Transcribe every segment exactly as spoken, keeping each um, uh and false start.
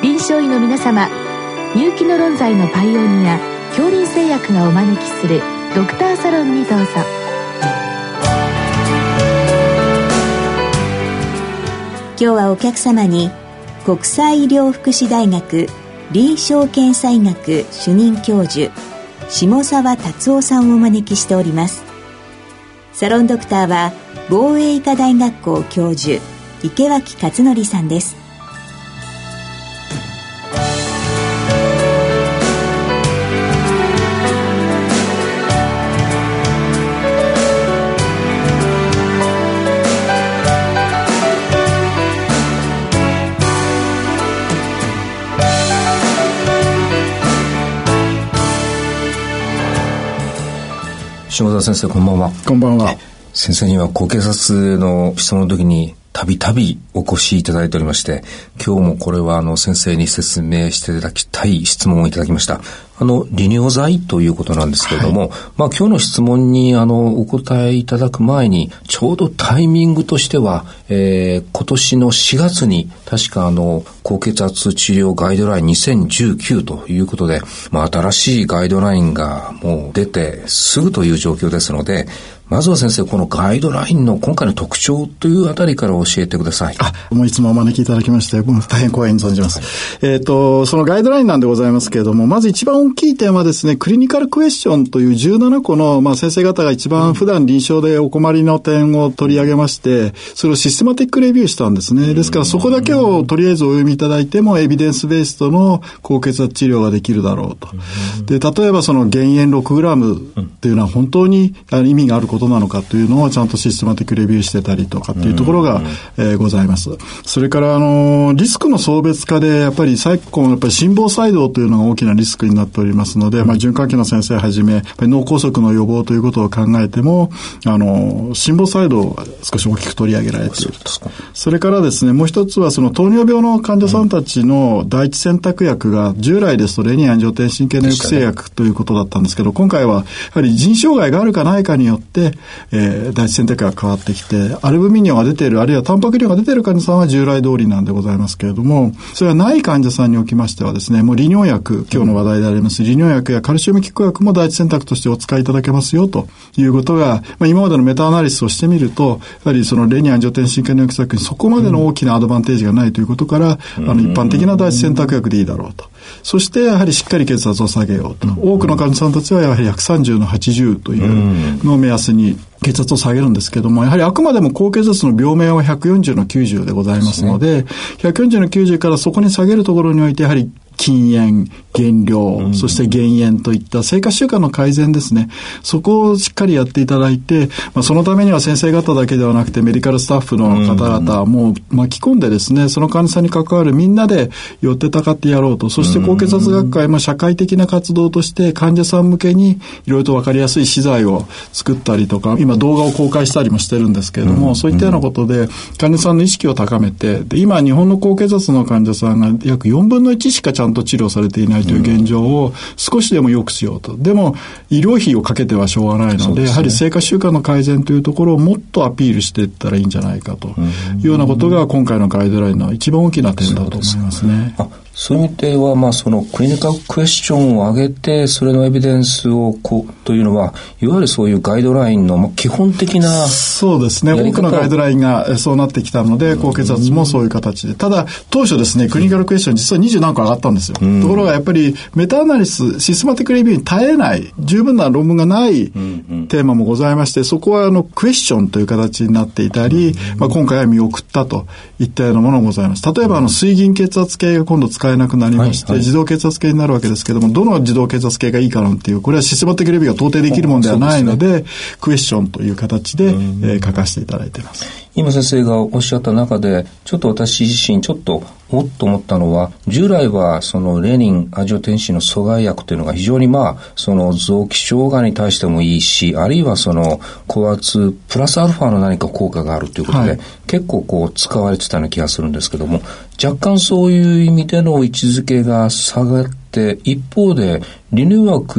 臨床医の皆様、入気の論剤のパイオニア恐林製薬がお招きするドクターサロンにどうぞ。 今日はお客様に国際医療福祉大学臨床検査医学主任教授下沢達夫さんをお招きしております。サロンドクターは防衛医科大学校教授池脇勝則さんです。 下沢先生、こんばんは。 こんばんは。 先生には高血圧の質問の時にたびたびお越しいただいておりまして、今日もこれはあの先生に説明していただきたい質問をいただきました。あの利尿剤ということなんですけれども、はい、まあ今日の質問にあのお答えいただく前に、ちょうどタイミングとしては、えー、今年のしがつに確かあの高血圧治療ガイドラインにせんじゅうきゅうということで、まあ新しいガイドラインがもう出てすぐという状況ですので、まずは先生、このガイドラインの今回の特徴というあたりから教えてください。 あ、もういつもお招きいただきまして、大変光栄に存じます。はい、えっと、そのガイドラインなんでございますけれども、まず一番大きい点はですね、クリニカルクエスチョンというじゅうななこの、まあ先生方が一番普段臨床でお困りの点を取り上げまして、それをシステマティックレビューしたんですね。ですからそこだけをとりあえずお読みいただいても、エビデンスベースとの高血圧治療ができるだろうと。で、例えばその減塩 ろくグラム っていうのは本当に意味があることなのかというのをちゃんとシステマティックレビューしてたりとかっていうところが、えー、ございます。それからあのリスクの層別化でやっぱり昨今やっぱり心房細動というのが大きなリスクになっておりますので、まあ循環器の先生はじめ脳梗塞の予防ということを考えても、あの心房細動が少し大きく取り上げられていると。それからですね、もう一つはその糖尿病の患者さんたちの第一選択薬が従来ですとレニンアンジオテンシン系の抑制薬ということだったんですけど、今回はやはり腎障害があるかないかによって、えー、第一選択薬が変わってきて、アルブミニンが出ている、あるいはタンパク量が出ている患者さんは従来通りなんでございますけれども、それはない患者さんにおきましてはですね、もう利尿薬、今日の話題であります利尿薬やカルシウム拮抗薬も第一選択としてお使いいただけますよということが、まあ、今までのメタアナリシスをしてみると、やはりそのレニンアンジオテンシン系の抑制薬にそこまでの大きなアドバンテージがないということから、うん、あの一般的な第一選択薬でいいだろうと。そしてやはりしっかり血圧を下げようと、うん、多くの患者さんたちはやはりひゃくさんじゅうのはちじゅうというのを目安に血圧を下げるんですけども、やはりあくまでも高血圧の病名はひゃくよんじゅうのきゅうじゅうでございますので、ひゃくよんじゅうのきゅうじゅうからそこに下げるところにおいてやはり禁煙、減量、うん、そして減塩といった生活習慣の改善ですね。そこをしっかりやっていただいて、まあ、そのためには先生方だけではなくてメディカルスタッフの方々も巻き込んでですね、その患者さんに関わるみんなで寄ってたかってやろうと。そして高血圧学会も社会的な活動として患者さん向けにいろいろと分かりやすい資材を作ったりとか、今動画を公開したりもしてるんですけれども、そういったようなことで患者さんの意識を高めて、で今日本の高血圧の患者さんが約よんぶんのいちしかちゃんと治療されていないという現状を少しでも良くしようと。でも医療費をかけてはしょうがないので、やはり生活習慣の改善というところをもっとアピールしていったらいいんじゃないかというようなことが今回のガイドラインの一番大きな点だと思いますね。 そういう意味では、まあ、そのクリニカルクエスチョンを上げて、それのエビデンスをこうというのは、いわゆるそういうガイドラインの基本的な。 そうですね。多くのガイドラインがそうなってきたので、高血圧もそういう形で。ただ、当初ですね、クリニカルクエスチョン実はにじゅう何個上がったんですよ。ところがやっぱりメタアナリス、システマティックレビューに耐えない、十分な論文がないテーマもございまして、そこはあのクエスチョンという形になっていたり、まあ、今回は見送ったといったようなものがございます。例えばあの水銀血圧計が今度使えなくなりまして、はいはい、自動血圧計になるわけですけども、どの自動血圧計がいいかなんていう、これはシステマティックレビューが到底できるものではないので、ね、クエスチョンという形で、えー、書かせていただいています。 今先生がおっしゃった中で、ちょっと私自身ちょっとおっと思ったのは、従来はそのレニンアンジオテンシンの阻害薬というのが非常にまあその臓器障害に対してもいいし、あるいはその高圧プラスアルファの何か効果があるということで、はい、結構こう使われてたような気がするんですけども、若干そういう意味での位置づけが下がって、一方で利尿薬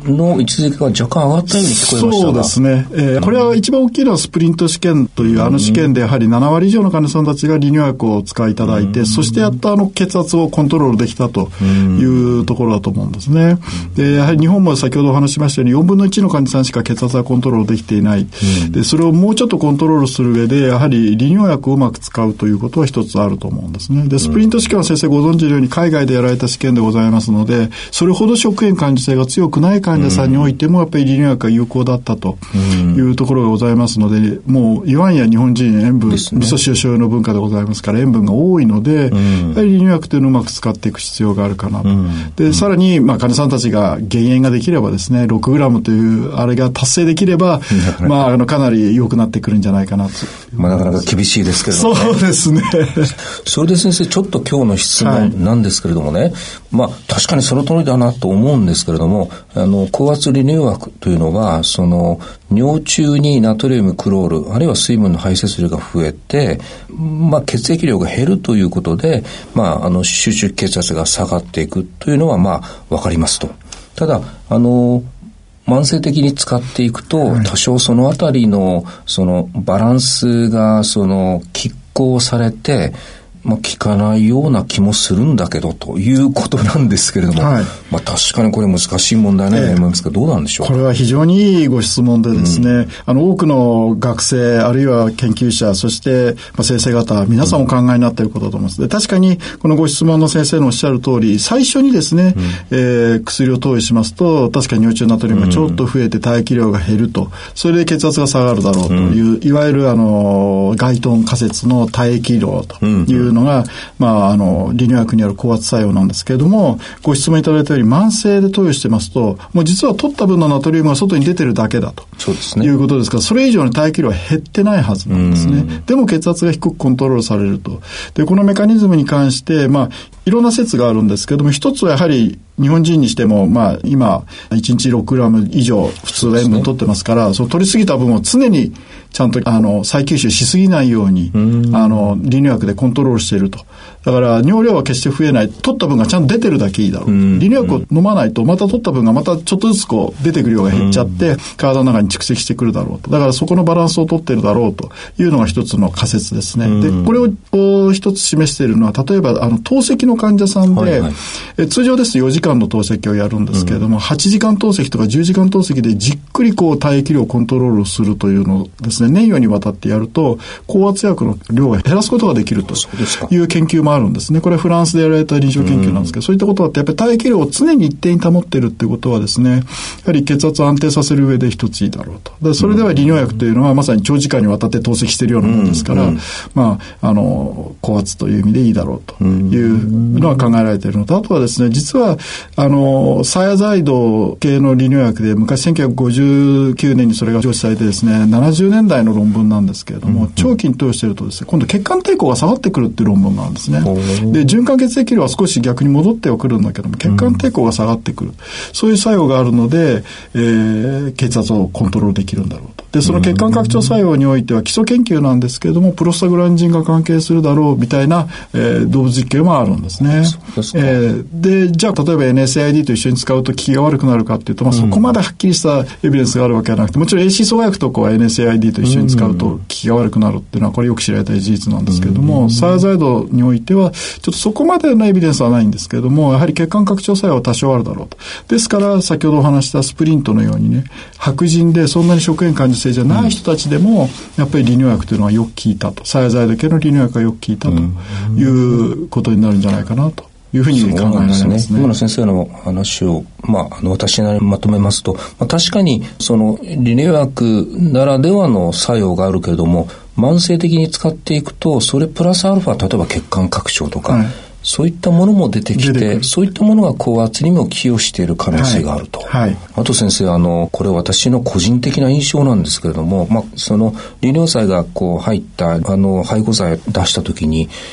の位置づけが若干上がったように聞こえましたが。 そうですね。えー、これは一番大きいのはスプリント試験というあの試験でやはりななわり以上の患者さんたちが利尿薬をお使いいただいて、そしてやっとあの血圧をコントロールできたというところだと思うんですね。で、やはり日本も先ほどお話しましたようによんぶんのいちの患者さんしか血圧がコントロールできていない。で、それをもうちょっとコントロールする上で、やはり利尿薬をうまく使うということは一つあると思うんですね。で、スプリント試験は先生ご存知のように海外でやられた試験でございますので、それほど食塩感受性が強くない患者さんにおいてもやっぱり利尿薬が有効だったというところがございますので、もういわんや日本人塩分、ね、味噌塩醤油の文化でございますから塩分が多いので、やはり利尿薬というのをうまく使っていく必要があるかなと。で、さらに、まあ、患者さんたちが減塩ができればですね、ろくグラムというあれが達成できれば、まあ、あの、かなり良くなってくるんじゃないかなと。 まあ、なかなか厳しいですけれども、ね。 そうですね。 それで先生、ちょっと今日の質問なんですけれどもね、はい、まあ、確かにその通りだなと思うんですけれども、あの、高圧利尿薬というのは、その、尿中にナトリウムクロール、あるいは水分の排泄量が増えて、まあ、血液量が減るということで、まあ、あの、集中血圧が下がっていくというのは、まあ、わかりますと。ただ、あの、慢性的に使っていくと、はい、多少そのあたりの、その、バランスが、その、拮抗されて、まあ、効かないような気もするんだけどということなんですけれども、はい、まあ、確かにこれ難しい問題ね、えー、思いますけどどうなんでしょう。 これは非常にいいご質問でですね、うん、あの多くの学生あるいは研究者そして、まあ、先生方皆さんお考えになっていることだと思います。で、確かにこのご質問の先生のおっしゃる通り最初にですね、うんえー、薬を投与しますと確かに尿中ナトリウムがちょっと増えて体液量が減ると、それで血圧が下がるだろうという、うん、いわゆるあのガイトン仮説の体液量というのが、うんまあ、あの利尿薬による高圧作用なんですけれども、ご質問いただいたように慢性で投与してますともう実は取った分のナトリウムが外に出てるだけだとそうですね、 いうことですから、それ以上に体液量は減ってないはずなんですね。でも血圧が低くコントロールされると。で、このメカニズムに関してまあいろんな説があるんですけども、一つはやはり日本人にしても、まあ、今、いちにちろくグラム以上、普通は塩分取ってますから、その取りすぎた分を常に、ちゃんと、あの、再吸収しすぎないように、あの、利尿薬でコントロールしていると。だから、尿量は決して増えない。取った分がちゃんと出てるだけいいだろう。利尿薬を飲まないと、また取った分がまたちょっとずつこう、出てくる量が減っちゃって、体の中に蓄積してくるだろうと。だから、そこのバランスを取ってるだろうというのが一つの仮説ですね。で、これを一つ示しているのは、例えば、あの、透析の患者さんで、はいはい、え通常ですとよじかんの透析をやるんですけれども、うん、はちじかん透析とかじゅうじかん透析でじっくりこう体液量をコントロールするというのをですね、年余にわたってやると高圧薬の量が減らすことができるという研究もあるんですね。これはフランスでやられた臨床研究なんですけど、うん、そういったことはやっぱり体液量を常に一定に保っているっていうことはですね、やはり血圧を安定させる上で一ついいだろうと。でそれでは利尿薬というのはまさに長時間にわたって透析しているようなものですから、うんうん、まあ、あの高圧という意味でいいだろうというのは考えられているのと、あとはですね、実はあのサヤザイド系の利尿薬で昔せんきゅうひゃくごじゅうきゅうねんにそれが上市されてですね、ななじゅうねんだいの論文なんですけれども、うんうん、長期に投与しているとですね、今度血管抵抗が下がってくるっていう論文なんですね。で循環血液量は少し逆に戻ってはくるんだけども、血管抵抗が下がってくる、うん、そういう作用があるので、えー、血圧をコントロールできるんだろうと。でその血管拡張作用においては基礎研究なんですけれども、プロスタグランジンが関係するだろうみたいな、えー、動物実験もあるんですね。えー、でじゃあ例えば エヌエスエーアイディー と一緒に使うと効きが悪くなるかっていうと、まあ、そこまではっきりしたエビデンスがあるわけはなくて、もちろん エーシー 阻害薬とかは エヌエスエーアイディー と一緒に使うと効きが悪くなるっていうのはこれよく知られた事実なんですけれども、サヤザイドにおいてはちょっとそこまでのエビデンスはないんですけれども、やはり血管拡張作用は多少あるだろうと。ですから先ほどお話したスプリントのようにね、白人でそんなに食塩感受性じゃない人たちでもやっぱり利尿薬というのはよく効いたと、サヤザイド系の利尿薬がよく効いたということになるんじゃないかなというふうに考えられますね。 今の先生の話を、まあ、あの私なりにまとめますと、まあ、確かにその利尿薬ならではの作用があるけれども、慢性的に使っていくとそれプラスアルファ、例えば血管拡張とか、はい、そういったものも出てきて、そういったものが高圧にも寄与している可能性があると。はいはい、あと先生、あのこれ私の個人的な印象なんですけれども、まあ、その利尿剤がこう入ったあの配合剤を出したときに、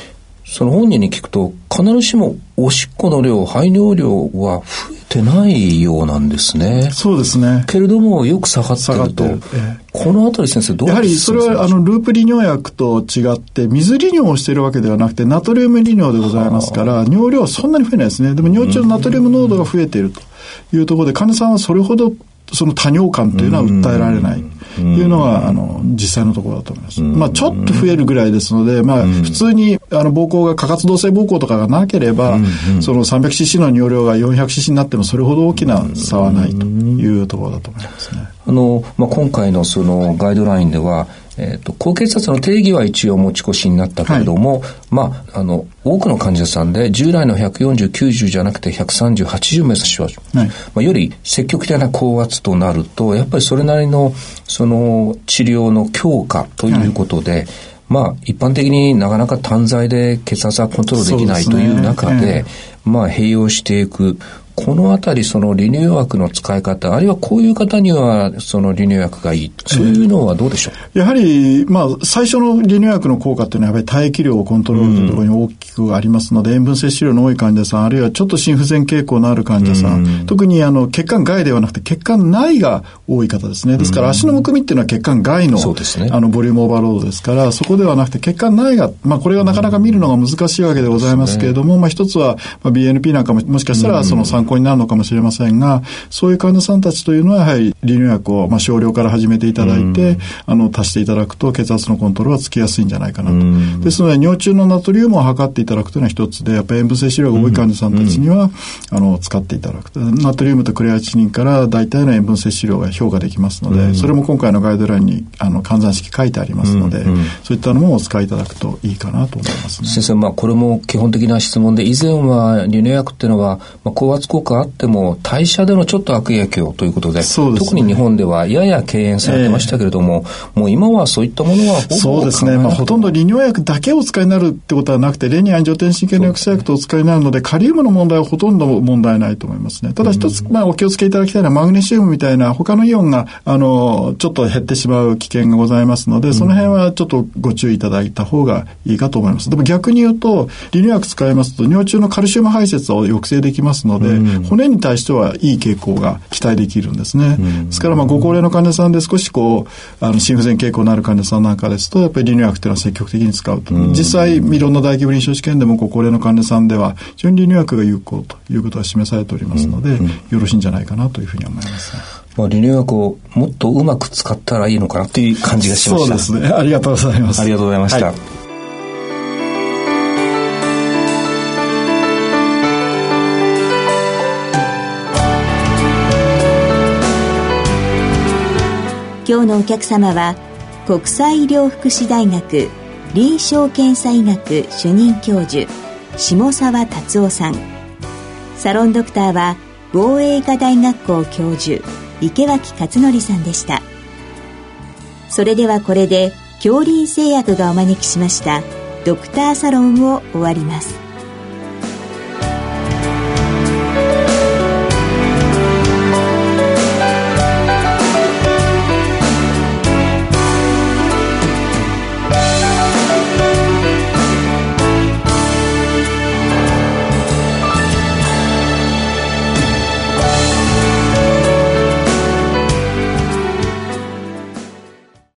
その本人に聞くと必ずしもおしっこの量、排尿量は増えてないようなんですね。 そうですね。 けれどもよく下がってると。 るええ、 このあたり先生どうですか？ やはりそれはあのループ利尿薬と違って水利尿をしているわけではなくてナトリウム利尿でございますから、尿量はそんなに増えないですね。でも尿中のナトリウム濃度が増えているというところで患者さんはそれほどその多尿感というのは訴えられないというのがあの実際のところだと思います。まあちょっと増えるぐらいですので、まあ普通にあの膀胱が過活動性膀胱とかがなければ、その さんびゃくシーシー の尿量が よんひゃくシーシー になってもそれほど大きな差はないというところだと思いますね。 あの、まあ、今回のそのガイドラインでは、えーと、高血圧の定義は一応持ち越しになったけれども、はい、まあ、あの、多くの患者さんで従来のひゃくよんじゅう、きゅうじゅうじゃなくてひゃくさんじゅう、はちじゅう目指しは、はい、まあ、より積極的な高圧となると、やっぱりそれなりのその治療の強化ということで、はい、まあ、一般的になかなか単剤で血圧はコントロールできないという中で、で、ね、えー、まあ、併用していく。このあたりその利尿薬の使い方、あるいはこういう方にはその利尿薬がいい、そういうのはどうでしょう？ えー、やはり、まあ、最初の利尿薬の効果というのはやっぱり体液量をコントロールというところに大きくありますので、うん、塩分摂取量の多い患者さん、あるいはちょっと心不全傾向のある患者さん、うん、特にあの血管外ではなくて血管内が多い方ですね。ですから足のむくみっていうのは血管外の、そうですね、あのボリュームオーバーロードですから、そこではなくて血管内が、まあ、これがなかなか見るのが難しいわけでございますけれども、うん、まあ、一つは、まあ、ビーエヌピー なんかももしかしたらその参考になるのかもしれませんが、そういう患者さんたちというのはやはり利尿薬をまあ少量から始めていただいて、あの足していただくと血圧のコントロールはつきやすいんじゃないかなと。ですので尿中のナトリウムを測っていただくというのは一つで、やっぱり塩分摂取量が多い患者さんたちには、あの使っていただくと。ナトリウムとクレアチニンから大体の塩分摂取量が評価できますので、それも今回のガイドラインにあの換算式書いてありますので、そういったのもお使いいただくといいかなと思いますね。 先生、まあこれも基本的な質問で、以前は利尿薬っていうのは、まあ、高圧効果あっても代謝でのちょっと悪影響ということ で, で、ね、特に日本ではやや敬遠されてましたけれども、えー、もう今はそういったものはほぼそうですね、まあ、ほとんど利尿薬だけをお使いになるってことはなくて、レニアンジオテンシン系の抑制薬とお使いになるので、カリウムの問題はほとんど問題ないと思いますね。ただ一つ、まあ、お気をつけいただきたいのはマグネシウムみたいな他のイオンがあのちょっと減ってしまう危険がございますので、その辺はちょっとご注意いただいた方がいいかと思います。でも逆に言うと利尿薬使いますと尿中のカルシウム排泄を抑制できますので、骨に対してはいい傾向が期待できるんですね。ですからまあご高齢の患者さんで少しこうあの心不全傾向のある患者さんなんかですと、やっぱり利尿薬というのは積極的に使うと。実際いろんな大規模臨床試験でもご高齢の患者さんでは非常に利尿薬が有効ということが示されておりますので、よろしいんじゃないかなというふうに思いますね。 まあ、利尿薬をもっとうまく使ったらいいのかなという感じがしました。 そうですね。ありがとうございます。 ありがとうございました。はい、 今日のお客様は国際医療福祉大学臨床検査医学主任教授下沢達夫さん、サロンドクターは防衛医科大学校教授池脇勝則さんでした。それではこれで杏林製薬がお招きしましたドクターサロンを終わります。